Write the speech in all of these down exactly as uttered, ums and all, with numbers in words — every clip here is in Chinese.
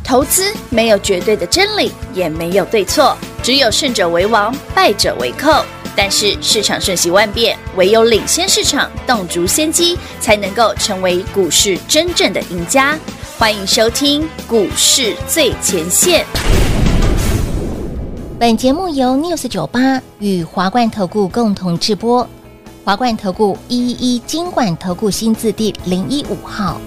投资没有绝对的真理，也没有对错，只有胜者为王，败者为寇。但是市场瞬息万变，唯有领先市场，洞烛先机，才能够成为股市真正的赢家。欢迎收听股市最前线。 本节目由 News 九十八与华冠投顾共同制播，华冠投顾一一一金管投顾新字第零一五号。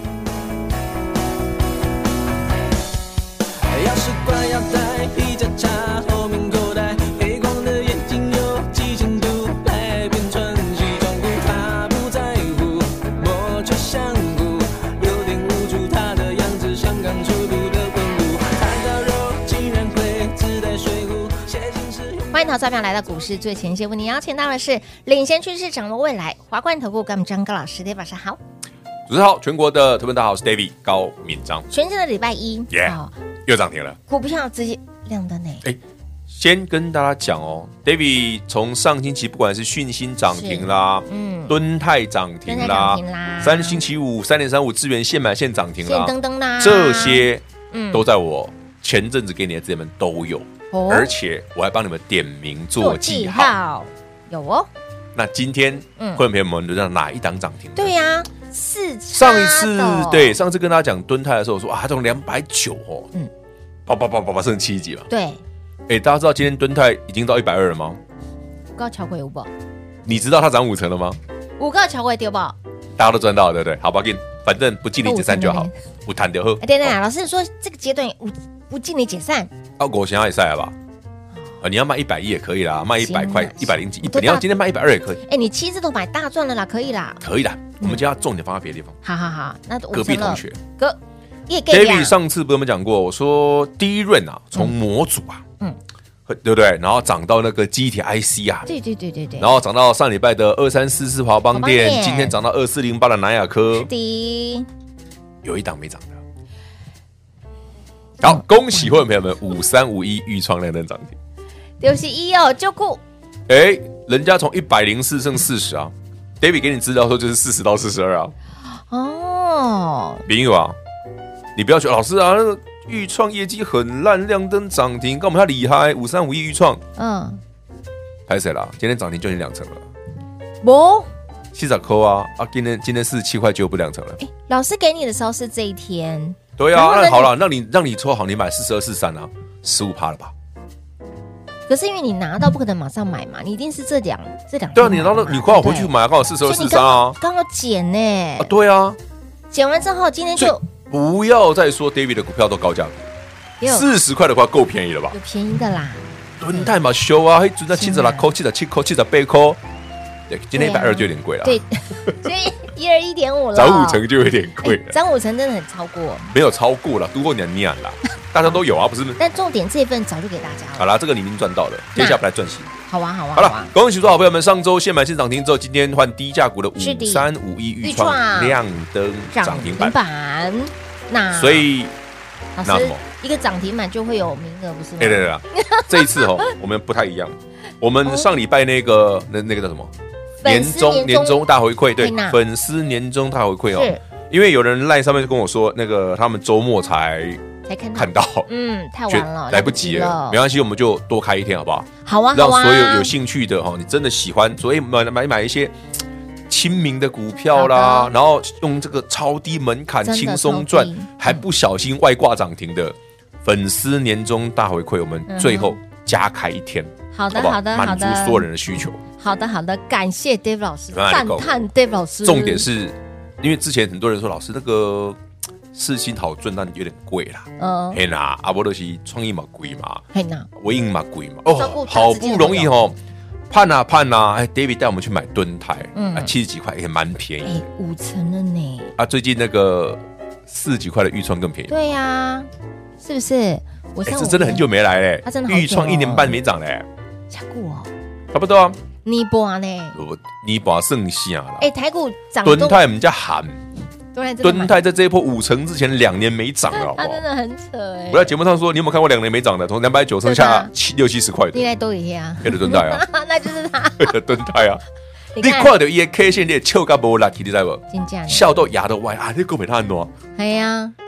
要是管要带皮夹叉后面口袋，黑光的眼睛有几千度，来遍穿西装裤，他不在乎，我却想哭，有点无助，他的样子像刚出炉的滚炉，看到肉竟然会自带水壶，写进是欢迎投资朋友来到股市最前线，为您邀请到的是领先趋势、掌握未来华冠投顾高敏章高老师，大家晚上好。 主持人好，全国的投资大家好，我是 David 高敏章。 全新的礼拜一， yeah, 哦、又涨停了， 股票直接亮灯呢。 哎，先跟大家讲哦 ，David 从上星期不管是讯芯涨停啦，嗯，敦泰涨停啦，三星期五三点三五资源现买现涨停啦， 现登登啦， 这些都在我前阵子给你的资源们都有， 哦、 而且我还帮你们点名做记号， 號有哦。 那今天，嗯，会员朋友们轮到哪一档涨停？ 对呀、啊。是上一次对上次跟大家讲敦泰的时候，我说啊，它从两百九哦，嗯，啪啪啪啪啪剩七级了。 对， 哎，大家知道今天敦泰已经到一百二了吗？ 五告桥会有不？ 你知道它涨五成了吗？ 五告桥会丢不？ 大家都赚到了，对不对？好吧，给反正不尽力解散就好，不谈就好。 哎，等等，老师说这个阶段不不尽力解散， 啊，我想要也赛了吧？啊，你要卖一百一也可以啦，卖一百块，一百零几，你要今天卖一百二也可以。 哎，你七字头买大赚了啦，可以啦， 可以啦。我们今天要重点放在别的地方。 好好好，那隔壁同学， 隔也 David 上次不是我们讲过，我说第一润啊，从模组啊，嗯，对不对？然后涨到那个记忆体 I C 啊， 对对对对对， 然后涨到上礼拜的二三四四华邦电，今天涨到二四零八的南亚科， 的， 有一档没涨的。好，恭喜会员朋友们，五三五一裕创亮灯涨停， 六十一哦，就顾， 哎，人家从一百零四剩四十啊。David 给你资料说就是四十到四十二啊， 哦， 朋友啊，你不要觉得老师啊，那个裕创业绩很烂，亮灯涨停，跟我们他厉害，五三五一裕创，嗯，拍谁啦？今天涨停就已经两成了， 不， 七十块啊啊！今天今天四十七块九不两成了。 哎，老师给你的时候是这一天， 对啊，那好了，让你让你抽好，你买四十二四三啊，十五趴了吧？ 可是因为你拿到不可能马上买嘛，你一定是这两这两对啊，你拿到你快回去买，刚好四十二四三啊， 刚好减呢、欸、 啊，对啊， 减完之后今天就不要再说 David 的股票都高价，四十块的话够便宜了吧？ 有便宜的啦， 敦泰嘛修啊，还准在七十六块、七十七块、七十八块，对，今天一百二就有点贵了， 对，所以一二一点五了， 涨五成就有点贵了， 涨五成真的很超过， 没有超过了，读过年年啦。大家都有啊，不是？ 但重点这一份早就给大家了。 好啦，这个你已经赚到了，接下来来赚新。 好啊，好啊， 好了，恭喜所有好朋友们，上周现买现涨停之后，今天换低价股的五三五一裕创亮灯涨停板。 那所以那什么，一个涨停板就会有名额，不是吗？ 对对对，这一次哦，我们不太一样。我们上礼拜那个那那个叫什么？年终年终大回馈，对，粉丝年终大回馈哦。因为有人赖上面就跟我说，那个他们周末才。 才看到， 看到嗯，太晚了， 来不及了，没关系，我们就多开一天，好不好？ 好啊， 让所有有兴趣的哈，你真的喜欢，所以买买买一些亲民的股票啦，然后用这个超低门槛轻松赚，还不小心外挂涨停的粉丝年终大回馈，我们最后加开一天， 好的，好的， 满足所有人的需求。 好的，好的，感谢 David 老师，赞叹 David 老师。 重点是因为之前很多人说老师那个。世芯好赚，但有点贵啦。嗯，嘿呐，阿波罗西创意嘛贵嘛，嘿呐，微影嘛贵嘛。哦，好不容易哦，盼啊盼啊，哎 ，David 带我们去买敦泰，嗯，啊，七十几块也蛮便宜， 哎，五成了呢。 啊，最近那个四十几块的裕创更便宜。 对呀、啊，是不是？我这真的很久没来嘞， 他真的裕创一年半没涨嘞， 加固哦， 差不多啊。 尼泊呢？ 尼泊剩下了。 哎，台股涨， 敦泰我们家喊。敦泰在这一波五成之前两年没涨了，好不好？ 他真的很扯哎！ 我在节目上说，你有没有看过两年没涨的？从两百九剩下七六七十块的， 应该都一样。 黑的敦泰啊， 那就是他。 黑的敦泰啊，你看到伊 K 线你笑到无力，你知不？笑到牙都歪啊！你够没他多？ 哎呀，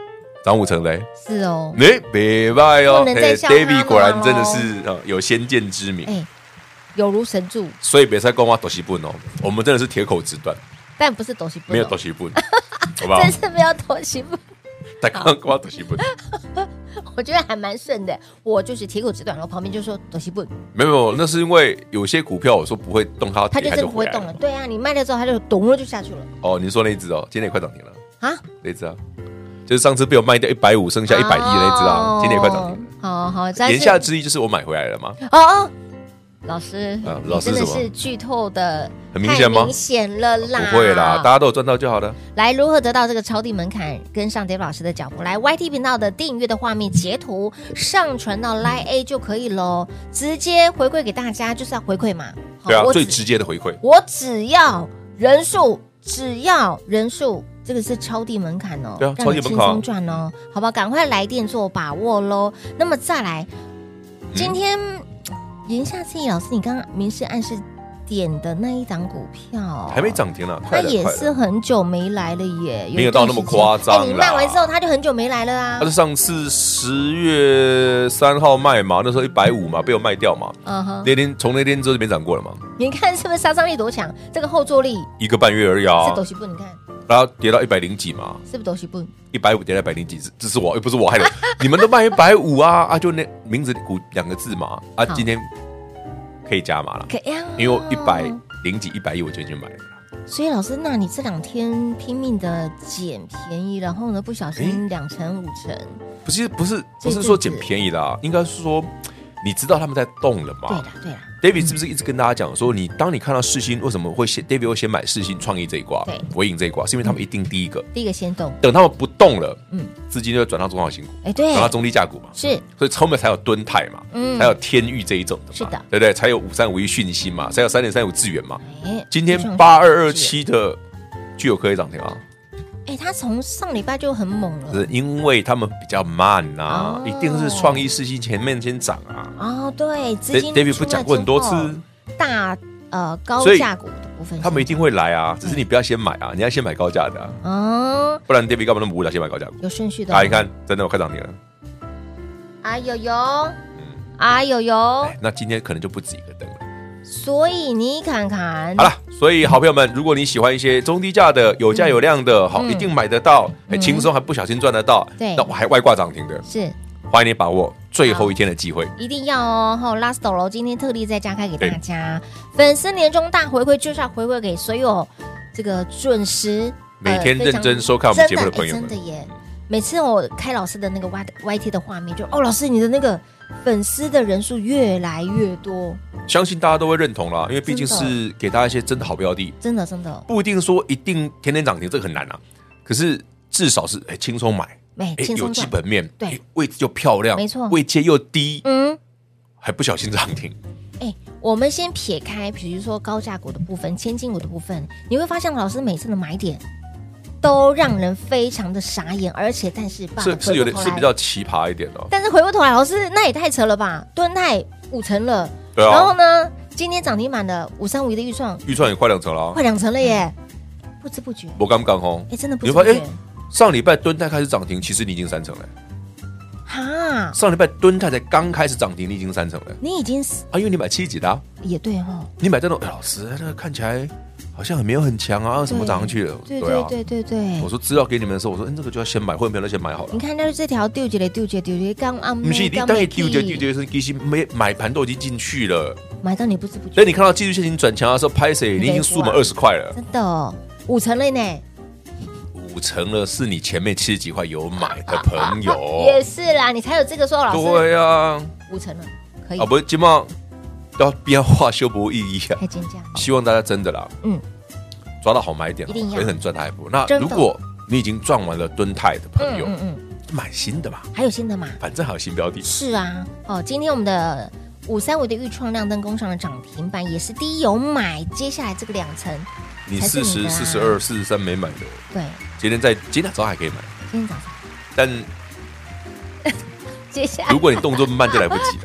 涨五成嘞， 是哦， 哎，别拜哦， 不能再笑他们 David 果然真的是有先见之明， 哎，有如神助， 所以别再跟我抖西本哦，我们真的是铁口直断， 但不是抖西本， 没有抖西本，好不好？ 真是没有抖西本， 他刚刚跟我抖西本， 我觉得还蛮顺的，我就是铁口直断，然后旁边就说抖西本， 没有没有，那是因为有些股票我说不会动，它它就真的不会动了，对啊，你卖了之后它就咚了就下去了。 哦，您说那一只哦，今天也快涨停了啊， 那一只啊。就是上次被我卖掉一百五，剩下一百一的那只啊，今天也快涨停了。 好好， 言下之意就是我买回来了嘛。 哦哦，老师， 啊、老师真的是剧透的， 很明显吗？ 明显了啦， 不会啦，大家都有赚到就好了。 来，如何得到这个超低门槛，跟上 David 老师的脚步？来 ，Y T 频道的订阅的画面截图上传到 Line A 就可以喽，直接回馈给大家，就是要回馈嘛。 对啊，最直接的回馈， 我只要人数，只要人数。这个是超低门槛哦， 对啊，超低门槛， 轻松赚哦，好吧，赶快来电做把握喽。那么再来，今天、嗯、言下之意，老师，你刚刚明示暗示点的那一档股票还没涨停呢， 它也是很久没来了耶， 没有到那么夸张啦。 你卖完之后，它就很久没来了啊。 它是上次十月三号卖嘛，那时候一百五嘛，被我卖掉嘛。嗯哼，那天从那天之后就没涨过了嘛。 你看是不是杀伤力多强？这个后坐力一个半月而已啊。 是抖西部，你看。 然后跌到一百零几嘛， 是不是都是不一百五跌到一百零几？这是我又不是我害的，你们都卖一百五啊啊！就那名字股两个字嘛啊，今天可以加码了， 可以啊， 因为一百零几一百一我就已经买了。 所以老师，那你这两天拼命的捡便宜，然后呢不小心两成五成， 不是不是不是说捡便宜啦，应该是说你知道他们在动了吗？ 对了对了。 David 是不是一直跟大家讲说，你当你看到世新为什么会先 David 会先买世新创意这一挂，微影这一挂，是因为他们一定第一个， 第一个先动， 等他们不动了，嗯，资金就会转到中小型股， 哎，对， 转到中低价股嘛， 是， 所以后面才有敦泰嘛，嗯，才有天钰这一种的嘛， 是的， 对不对？才有五三五一讯息嘛，才有三点三五智源嘛，哎，今天八二二七的具有科技涨停啊。 哎，他从上礼拜就很猛了， 是因为他们比较慢呐、啊，哦、一定是创意世新前面先涨啊。 哦，对，资金 David 不讲过很多次， 大呃高价股的部分， 他们一定会来啊，只是你不要先买啊，你要先买高价的啊，哦、不然 David 干嘛那么无聊先买高价股？ 有顺序的、 哦。啊，你看，真的我快涨停了。 啊有有，嗯，啊有有， 那今天可能就不止一个灯了。 所以你看看， 好了，所以好朋友们，如果你喜欢一些中低价的、有价有量的，好、嗯，一定买得到，很轻松，还不小心赚得到， 对， 那我还外挂涨停的， 是， 欢迎你把握最后一天的机会， 一定要哦！哈 ，last 楼今天特地再加开给大家，粉丝年终大回馈就是要回馈给所有这个准时每天认真收看我们节目的朋友们， 真的耶！每次我开老师的那个 Y Y T 的画面，就哦，老师你的那个粉丝的人数越来越多。 相信大家都会认同啦，因为毕竟是给大家一些真的好标的， 真的真的不一定说一定天天涨停，这个很难啊。可是至少是哎轻松买， 哎有基本面， 对， 位置又漂亮， 没错， 位阶又低， 嗯， 还不小心涨停。 哎，我们先撇开，比如说高价股的部分、千金股的部分，你会发现老师每次的买点都让人非常的傻眼，而且但是是是有点是比较奇葩一点哦。 但是回过头来，老师那也太扯了吧？敦泰五成了。 对啊， 然后呢？今天涨停板的五三五一的预创， 预创也快两成了， 快两成了耶！不知不觉， 我刚刚哦， 哎，真的不知不觉。 上礼拜敦泰开始涨停，其实你已经三成了。 哈， 上礼拜敦泰才刚开始涨停，你已经三成了。 你已经啊，因为你买七几的， 也对哦。 你买这种，哎，老师，那个看起来好像很没有很强啊，什么涨上去了？ 对对对对对。 我说资料给你们的时候，我说，嗯，这个就要先买，会员朋友先买好了。 你看，那这条丢起来丢起来丢起来，刚啊， 不是你当然丢起来丢起来是其实没买盘都已经进去了， 买到你不知不觉。 所以你看到技术线型转强的时候，拍谁你已经输满二十块了， 真的五成了呢。 五成了，是你前面七十几块有买的朋友， 也是啦，你才有这个说，老师。 对呀、啊， 五成了，可以啊，不是，今晚要变化修补意义啊， 太金价， 希望大家真的啦，嗯，抓到好买点， 一定要狠狠赚它一波。那如果你已经赚完了敦泰的朋友，嗯嗯嗯，买新的嘛， 还有新的嘛， 反正还有新标的。 是啊，哦，今天我们的五三五的预创亮灯攻上了涨停板，也是第一有买，接下来这个两层。 你四十四十二、四十三没买的， 对， 今天在今天早上还可以买， 今天早上， 但接下来如果你动作慢就来不及了啦。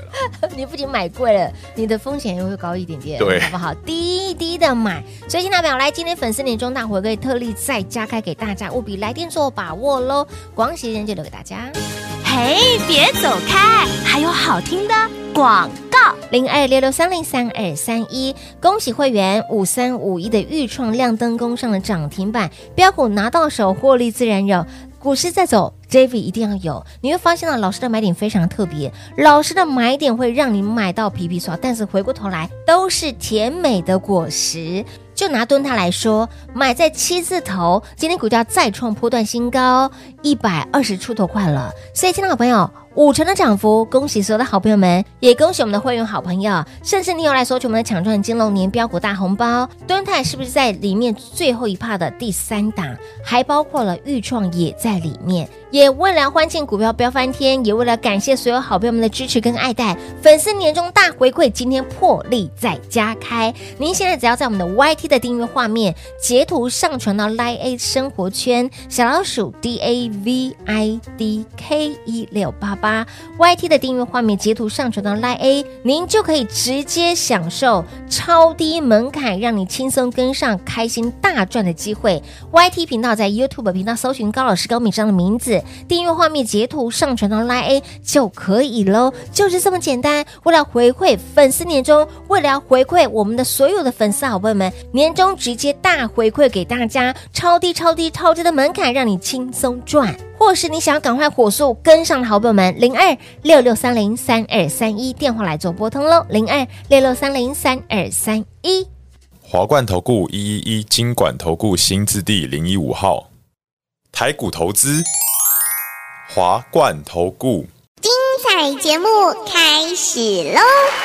你不仅买贵了，你的风险也会高一点点， 对， 好不好？低低的买。所以，亲爱的朋友，来，今天粉丝年终大回馈特例再加开给大家，务必来电做把握喽！广喜人就留给大家。 嘿，别走开，还有好听的广告。 零二六六三零三二三一，恭喜会员五三五一的豫创亮灯攻上了涨停板，标股拿到手，获利自然有。股市在走 ，J V 一定要有。你会发现呢，老师的买点非常特别，老师的买点会让你买到皮皮刷，但是回过头来都是甜美的果实。就拿敦泰来说，买在七字头，今天股价再创波段新高，一百二十出头块了。所以，亲爱的好朋友，五成的涨幅，恭喜所有的好朋友们，也恭喜我们的会员好朋友，甚至你有来索取我们的抢赚金龙年标股大红包。敦泰是不是在里面最后一趴的第三档，还包括了豫创也在里面。也为了欢庆股票飙翻天，也为了感谢所有好朋友们的支持跟爱戴，粉丝年终大回馈今天破例再加开。您现在只要在我们的 Y T 的订阅画面截图上传到 Line A 生活圈小老鼠 D A V I D K 一六八八 Y T 的订阅画面截图上传到 Line A， 您就可以直接享受超低门槛，让你轻松跟上开心大赚的机会。 Y T 频道在 YouTube 频道搜寻高老师高敏章的名字，订阅画面截图上传到 Line A 就可以咯，就是这么简单。为了回馈粉丝年终，为了要回馈我们的所有的粉丝好朋友们，年终直接大回馈给大家，超低超低超低的门槛，让你轻松赚。或是你想要赶快火速跟上的好朋友们，零二六六三零三二三一电话来做拨通喽，零二六六三零三二三一。 华冠投顾一一一金管投顾新字第零一五号，台股投资，华冠投顾。 彩节目开始喽！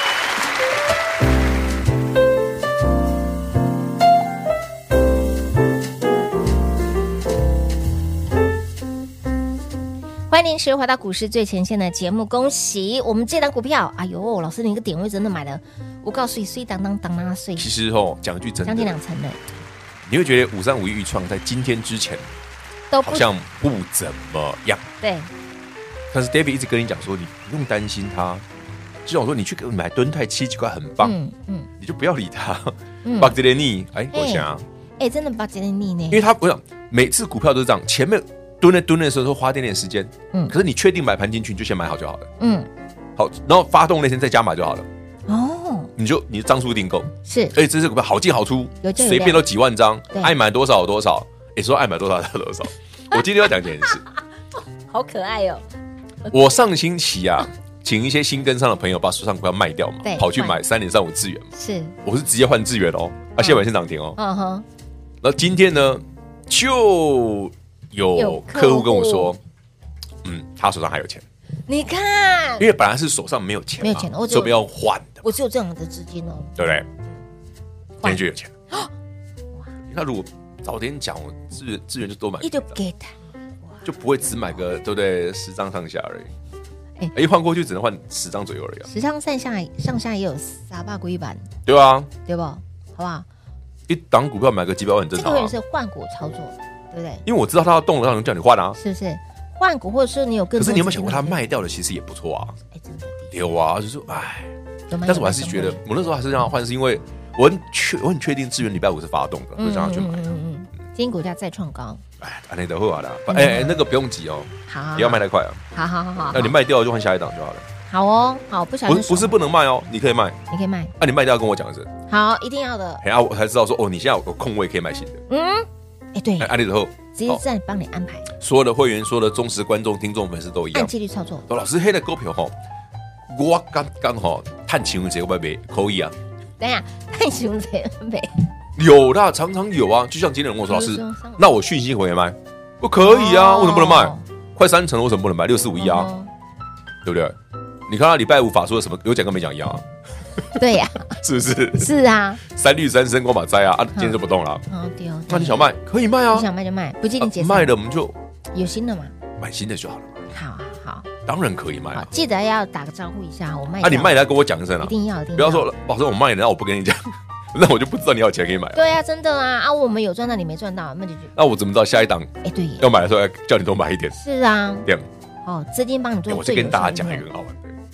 欢迎您持续回到股市最前线的节目，恭喜我们这档股票！哎呦，老师，你一个点位真的买的，我告诉你，碎当当当当碎。 其实哦，讲句真的， 将近两成的， 你会觉得五三五一豫创在今天之前都好像不怎么样， 对。 但是 David 一直跟你讲说，你不用担心它，就像我说，你去买敦泰七几块很棒，嗯嗯，你就不要理它。巴吉雷尼，哎，我想， 哎，真的巴吉雷尼呢？ 因为它不想每次股票都是这样，前面蹲在蹲的时候花点点时间，嗯，可是你确定买盘进去，你就先买好就好了，嗯，好，然后发动那天再加码就好了，哦，你就你张数订购是， 哎，这支股票好进好出，随便都几万张，爱买多少有多少，哎，说爱买多少有多少。我今天要讲这件事， 好可爱哦。 我上星期啊，请一些新跟上的朋友把手上股票卖掉嘛，跑去买三零三五智原嘛。是，我是直接换智原哦，啊，现在先涨停哦。嗯哼。然后今天呢，就有客户跟我说，嗯，他手上还有钱。你看，因为本来是手上没有钱，没有钱，我这边要换的， 我只有这样的资金哦， 对不对？今天就有钱。那如果早点讲，我智原智原就多买，一就给他。就不会只买个对不对十张上下而已，哎，一换过去只能换十张左右而已。 十张上下上下也有三百股一板， 对啊， 对不？好不好？ 一档股票买个几百万很正常啊。 这个是换股操作，对不对？ 因为我知道他要动了，他能叫你换啊， 是不是？换股或者说你有更多， 可是你有没有想过他卖掉的其实也不错啊？哎，真的有啊，就是哎，但是我还是觉得我那时候还是让他换，是因为我很确我很确定智原礼拜五是发动的，所以让他去买。嗯嗯。 今天股价再创高， 哎，那都好了，哎，那个不用急哦，好，不要卖太快啊， 好好好好， 那你卖掉就换下一档就好了。 好哦，好，不小心不是不能卖哦，你可以卖， 你可以卖， 那你卖掉跟我讲一声， 好，一定要的， 哎啊，我才知道说哦，你现在有空位可以买新的，嗯， 哎对， 哎，之后直接在帮你安排， 所有的会员、所有的忠实观众、听众、粉丝都一样， 按纪律操作。 老师黑的股票哈，我刚刚好探请问谁会买可以啊？ 等一下，探请问谁会买？ 有的，常常有啊，就像今天人跟我说，老师，那我讯息回来卖，我可以啊，为什么不能卖？快三成了，为什么不能卖？六四五一啊，对不对？你看他礼拜五法说什么，有讲跟没讲一样啊。 对呀， 是不是？ 是啊， 三绿三升光马灾啊，啊，今天就不动了。哦，对哦。那你想卖，可以卖啊， 你想卖就卖，不介意解散。 卖了我们就有新的嘛， 买新的就好了嘛。 好好， 当然可以卖啊， 记得要打个招呼一下，我卖。 啊，你卖来跟我讲一声啊， 一定要，一定要。 不要说老师我卖了，那我不跟你讲。那我就不知道你有钱可以买、啊。 对啊，真的啊啊！我们有赚到，你没赚到，那就那我怎么知道下一档？哎，对，要买的时候要叫你多买一点。 是啊， 这样。 哦，资金帮你做、欸。 我就跟大家讲一个很好玩的。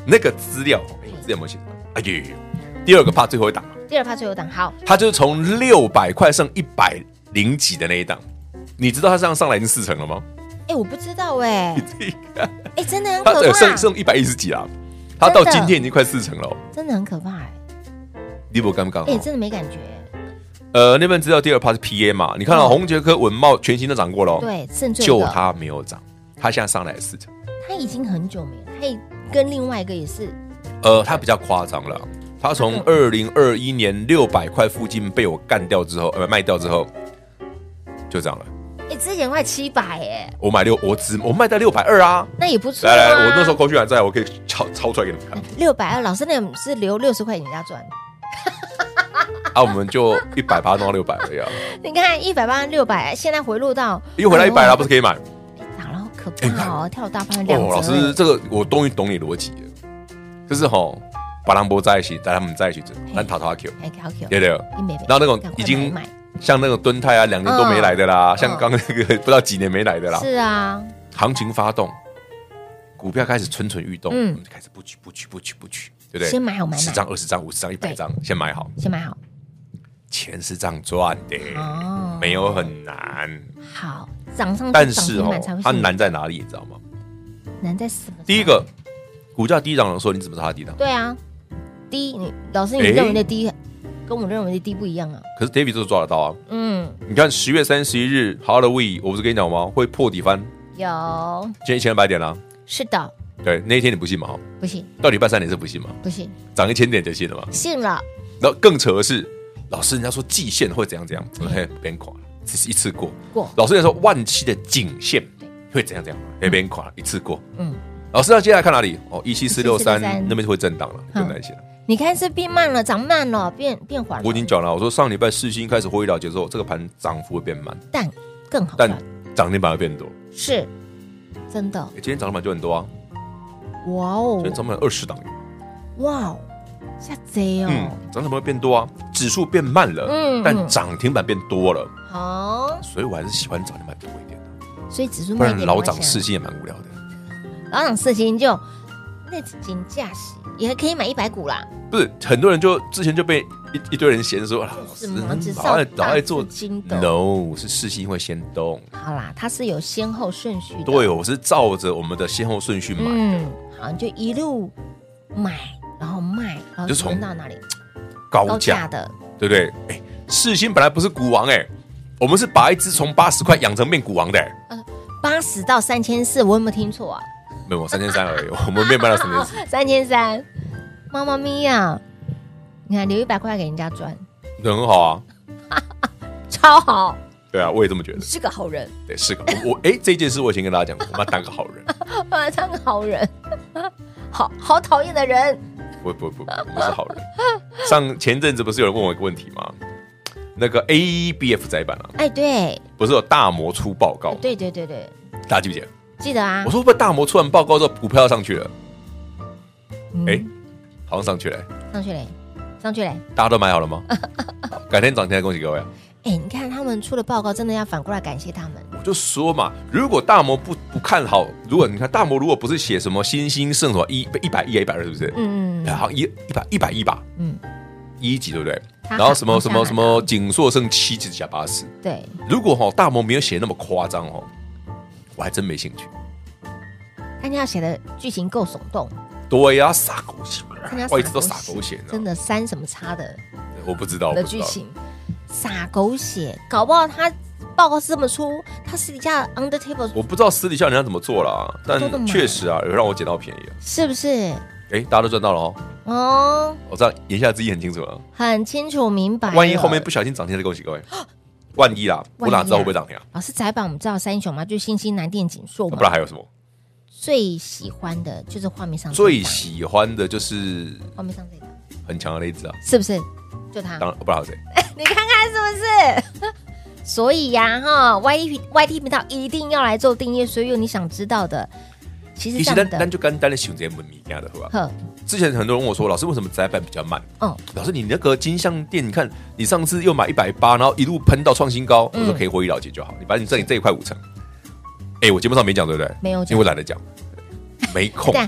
那个资料，哎，资料有没有写？哎呦，第二个怕最后一档， 第二趴最后一档，好， 它就是从六百块剩一百零几的那一档，你知道它这样上来已经四成了吗？ 哎、欸，我不知道哎、欸，哎、欸，真的很可怕， 它剩剩一百一十几啊，它到今天已经快四成了， 真的很可怕哎、欸。 你不刚刚？ 哎、欸，真的没感觉。 呃，那份资料第二趴是 P A 嘛？你看到、哦、宏捷科、稳懋全新都涨过了， 对，剩最就它没有涨，它现在上来四成。 它已经很久没了，它也跟另外一个也是， 呃，它比较夸张了。它从二零二一年六百块附近被我干掉之后，呃，卖掉之后，就这样了。 哎、欸，之前快七百哎， 我买六，我只我卖到六百二啊， 那也不错、啊。 来来，我那时候扣讯还在，我可以抄抄出来给你们看。 六百二，老师那是留六十块给人家赚。 啊，我们就一百八弄到六百了呀。 你看一百八六百，现在回落到又回来一百了，不是可以买？ 打了好可怕哦，跳大盘两折。 哦，老师，这个我终于懂你逻辑了，就是吼，把兰博在一起，带他们在一起，咱讨讨 Q， 对对。然后那种已经像那种敦泰啊，两年都没来的啦，像刚那个不知道几年没来的啦。 是啊， 行情发动，股票开始蠢蠢欲动，我们就开始布局布局布局布局，对不对？ 先买好买满， 十张、二十张、五十张、一百张，先买好， 先买好。 钱是这样赚的，哦，没有很难。 好，涨上去， 但是哦，它难在哪里，你知道吗？ 难在什么？ 第一个，股价低档的时候，你怎么知道它低档？ 对啊，低，你老师你认为的低，跟我认为的低不一样啊。 可是 David 都抓得到啊。嗯，你看十月三十一日 Halloween， 我不是跟你讲吗？会破底翻。 有。 今天一千两百点啦。 是的。对， 那一天你不信吗？ 不信。 到礼拜三你是不信吗？ 不信。 涨一千点就信了吗？ 信了。 然后更扯的是。老师，人家说季线会怎样怎样，嘿，变垮了，只是一次过。过。老师也说万期的颈线会怎样怎样，也变垮了，一次过。嗯。老师，那接下来看哪里？哦，一七四六三那边会震荡了，不用担心了。 你看是变慢了，涨慢了，变变缓了。 我已经讲了，我说上礼拜世新开始获利了结之后，这个盘涨幅会变慢， 但更好， 但涨停板会变多。 是，真的。 今天涨停板就很多啊。 哇哦！ 今天涨停板二十档。 哇哦！下贼哦， 嗯，涨停板会变多啊，指数变慢了，嗯，但涨停板变多了， 好， 所以我还是喜欢涨停板多一点的。 所以指数不然老涨世新也蛮无聊的。 老涨世新就那金价息也可以买一百股啦。 不是很多人就之前就被一一堆人嫌说，老师老爱老爱做金的 ，no 是世新会先动。 好啦，它是有先后顺序的。 对，我是照着我们的先后顺序买的。嗯， 好，你就一路买。然后卖，然后存到哪里？ 高价的，对不对？哎，世新本来不是股王哎，我们是把一只从八十块养成变股王的。 呃，八十到三千四，我有没有听错啊？ 没有，三千三而已，我们没有卖到三千四。 三千三，妈妈咪呀！你看留一百块给人家赚， 很好啊， 超好。 对啊，我也这么觉得。 是个好人， 对，是个我哎，这件事我以前跟大家讲过，我们要当个好人， 我要当个好人，好好讨厌的人。 不不不，我们是好人。上前阵子不是有人问我一个问题吗？那个 A B F 载板啊， 哎，对， 不是有大摩出报告？ 对对对对， 大家记不记得？ 记得啊。 我说会不会大摩出完报告之后，股票要上去了？哎、嗯，好像上去了、欸， 上去嘞，上去嘞。 大家都买好了吗？改天涨停，恭喜各位啊！ 哎、欸，你看他们出的报告，真的要反过来感谢他们。 我就说嘛，如果大摩不不看好，如果你看大摩如果不是写什么新兴盛什么一一百一啊一百二，是不是？嗯嗯。好一一百一百一吧。嗯。一级对不对？然后什么什么什么景硕剩七级加八十。对。如果哈、哦、大摩没有写那么夸张哦，我还真没兴趣。 但你要写的剧情够耸动。 对呀、啊，撒狗血，我一直都撒狗血， 真的三什么差的？ 我不知道的剧情。撒狗血，搞不好他报告是这么出，他私底下 under table， 我不知道私底下人家怎么做啦，但确实啊，有让我捡到便宜啊， 是不是？ 哎，大家都赚到了哦。哦，我知道言下之意很清楚了， 很清楚明白。 万一后面不小心涨停了，恭喜各位。万一啦，我哪知道会不会涨停啊？ 老师载板我们知道三英雄嘛，就是新兴南电景硕嘛， 不知道还有什么。 最喜欢的就是画面上最喜欢的就是画面上这个很强的那一只啊， 是不是？就他， 当然不知道谁。 你看看是不是？所以呀、啊，哈 ，Y T Y T 频道一定要来做订阅，所有你想知道的，其实这样的， 单就简单的选择门米家的，好吧？之前很多人问我说，老师为什么载板比较慢？嗯，老师你那个金像店，你看你上次又买一百八，然后一路喷到创新高，嗯、我说可以获利了结就好，你把你这里这一块五成。哎、欸，我节目上没讲对不对？ 没有讲， 因为我懒得讲，没空。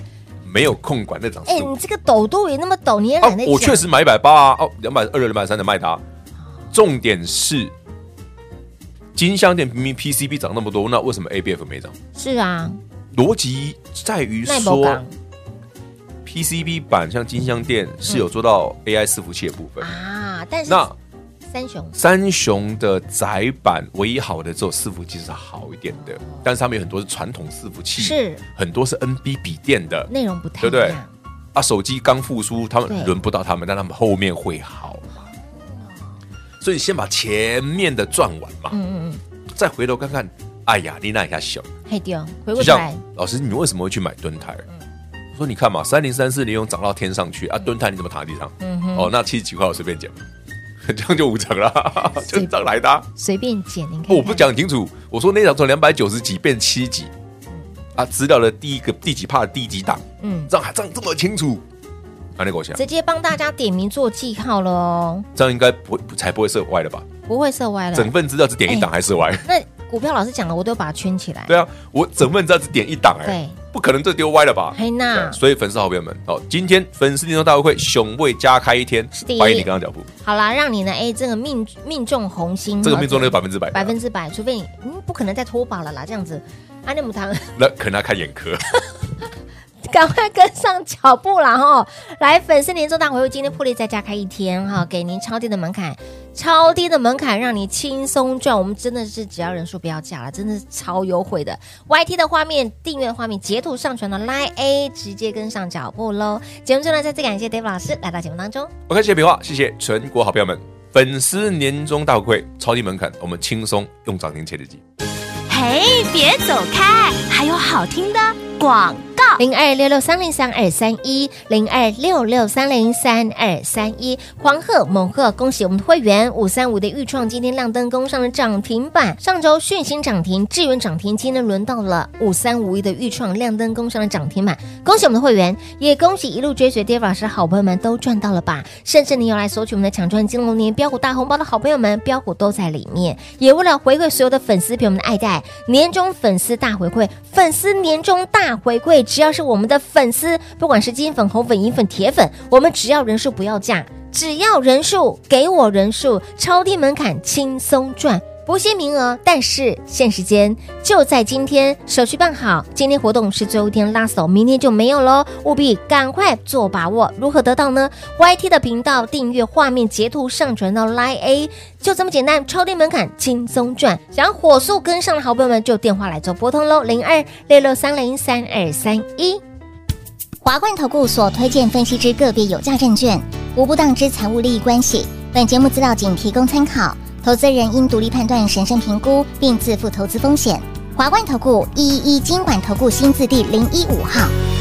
没有空管那涨哎、 十五。 你这个抖都也那么抖，你也懒得讲、 我确实买一百八啊，哦，两百二、两百三的卖它。重点是，金像电明明 P C B 涨那么多，那为什么 A B F 没涨？ 是啊， 逻辑在于说 ，P C B 板像金像电是有做到 A I 伺服器的部分、 啊，但是那三雄三雄的载板唯一好的只有伺服器是好一点的，但是他们有很多是传统伺服器， 是很多是 N B 笔电的， 内容不太对不对一样？ 啊，手机刚复苏，他对们轮不到他们，但他们后面会好嘛。所以你先把前面的赚完嘛， 嗯嗯嗯， 再回头看看，哎呀，你那一下小， 黑掉，回就像过头来， 老师，你为什么会去买敦泰？我说你看嘛，三零三四利用涨到天上去啊，敦泰你怎么躺在地上？哦，那七十几块我随便捡，这样就五成了，就这样来的啊。 随便捡，您看看我不讲清楚，我说那场从两百九十几变七几，啊，资料的第一个第几帕的第几档， 嗯， 这样还这样这么清楚，啊，那给我想， 直接帮大家点名做记号了哦， 这样应该不会才不会射歪了吧？ 不会射歪了。 整份资料只点一档还射歪？ 那股票老师讲了，我都把它圈起来。 对啊，我整份资料只点一档，哎， 对， 不可能这丢歪了吧？ 嘿那所以粉丝好朋友们，哦，今天粉丝年终大会熊位加开一天，欢迎你跟上脚步。 好啦，让你呢，哎，这个命命中红心， 这个命中率百分之百， 百分之百，除非你嗯不可能再脱保了啦，这样子，阿内姆堂。 那可能要看眼科。 赶快跟上脚步啦哈！来，粉丝年终大回馈，今天破例再加开一天哈，给您超低的门槛，超低的门槛让你轻松赚。我们真的是只要人数不要价了，真的是超优惠的。Y T 的画面、订阅的画面截图上传到 Line A， 直接跟上脚步喽。节目最后呢，再次感谢 David 老师来到节目当中。 OK，谢谢平话，谢谢全国好朋友们，粉丝年终大回馈，超低门槛，我们轻松用涨停切日记。 嘿，别走开，还有好听的广告。 零二六六三零三二三一，零二六六三零三二三一，黄鹤猛鹤，恭喜我们的会员五三五的豫创今天亮灯攻上了涨停板，上周讯星涨停，智源涨停，今天轮到了五三五一的豫创亮灯攻上了涨停板，恭喜我们的会员，也恭喜一路追随 David 老师好朋友们都赚到了吧，甚至你有来索取我们的抢赚金龙年标股大红包的好朋友们，标股都在里面，也为了回馈所有的粉丝朋友们的爱戴，年终粉丝大回馈，粉丝年终大回馈，只要是我们的粉丝，不管是金粉、红粉、银粉、铁粉，我们只要人数不要价，只要人数给我人数，超低门槛，轻松赚。不限名额，但是限时间就在今天，手续办好，今天活动是最后一天拉手，明天就没有喽，务必赶快做把握。如何得到呢 ？Y T 的频道订阅，画面截图上传到 Line A， 就这么简单，超低门槛，轻松赚。想要火速跟上的好朋友们，就电话来做拨通喽，零二六六三零三二三一。 华冠投顾所推荐分析之个别有价证券，无不当之财务利益关系。本节目资料仅提供参考，投资人应独立判断、审慎评估，并自负投资风险。华冠投顾一一一金管投顾新字第零一五号。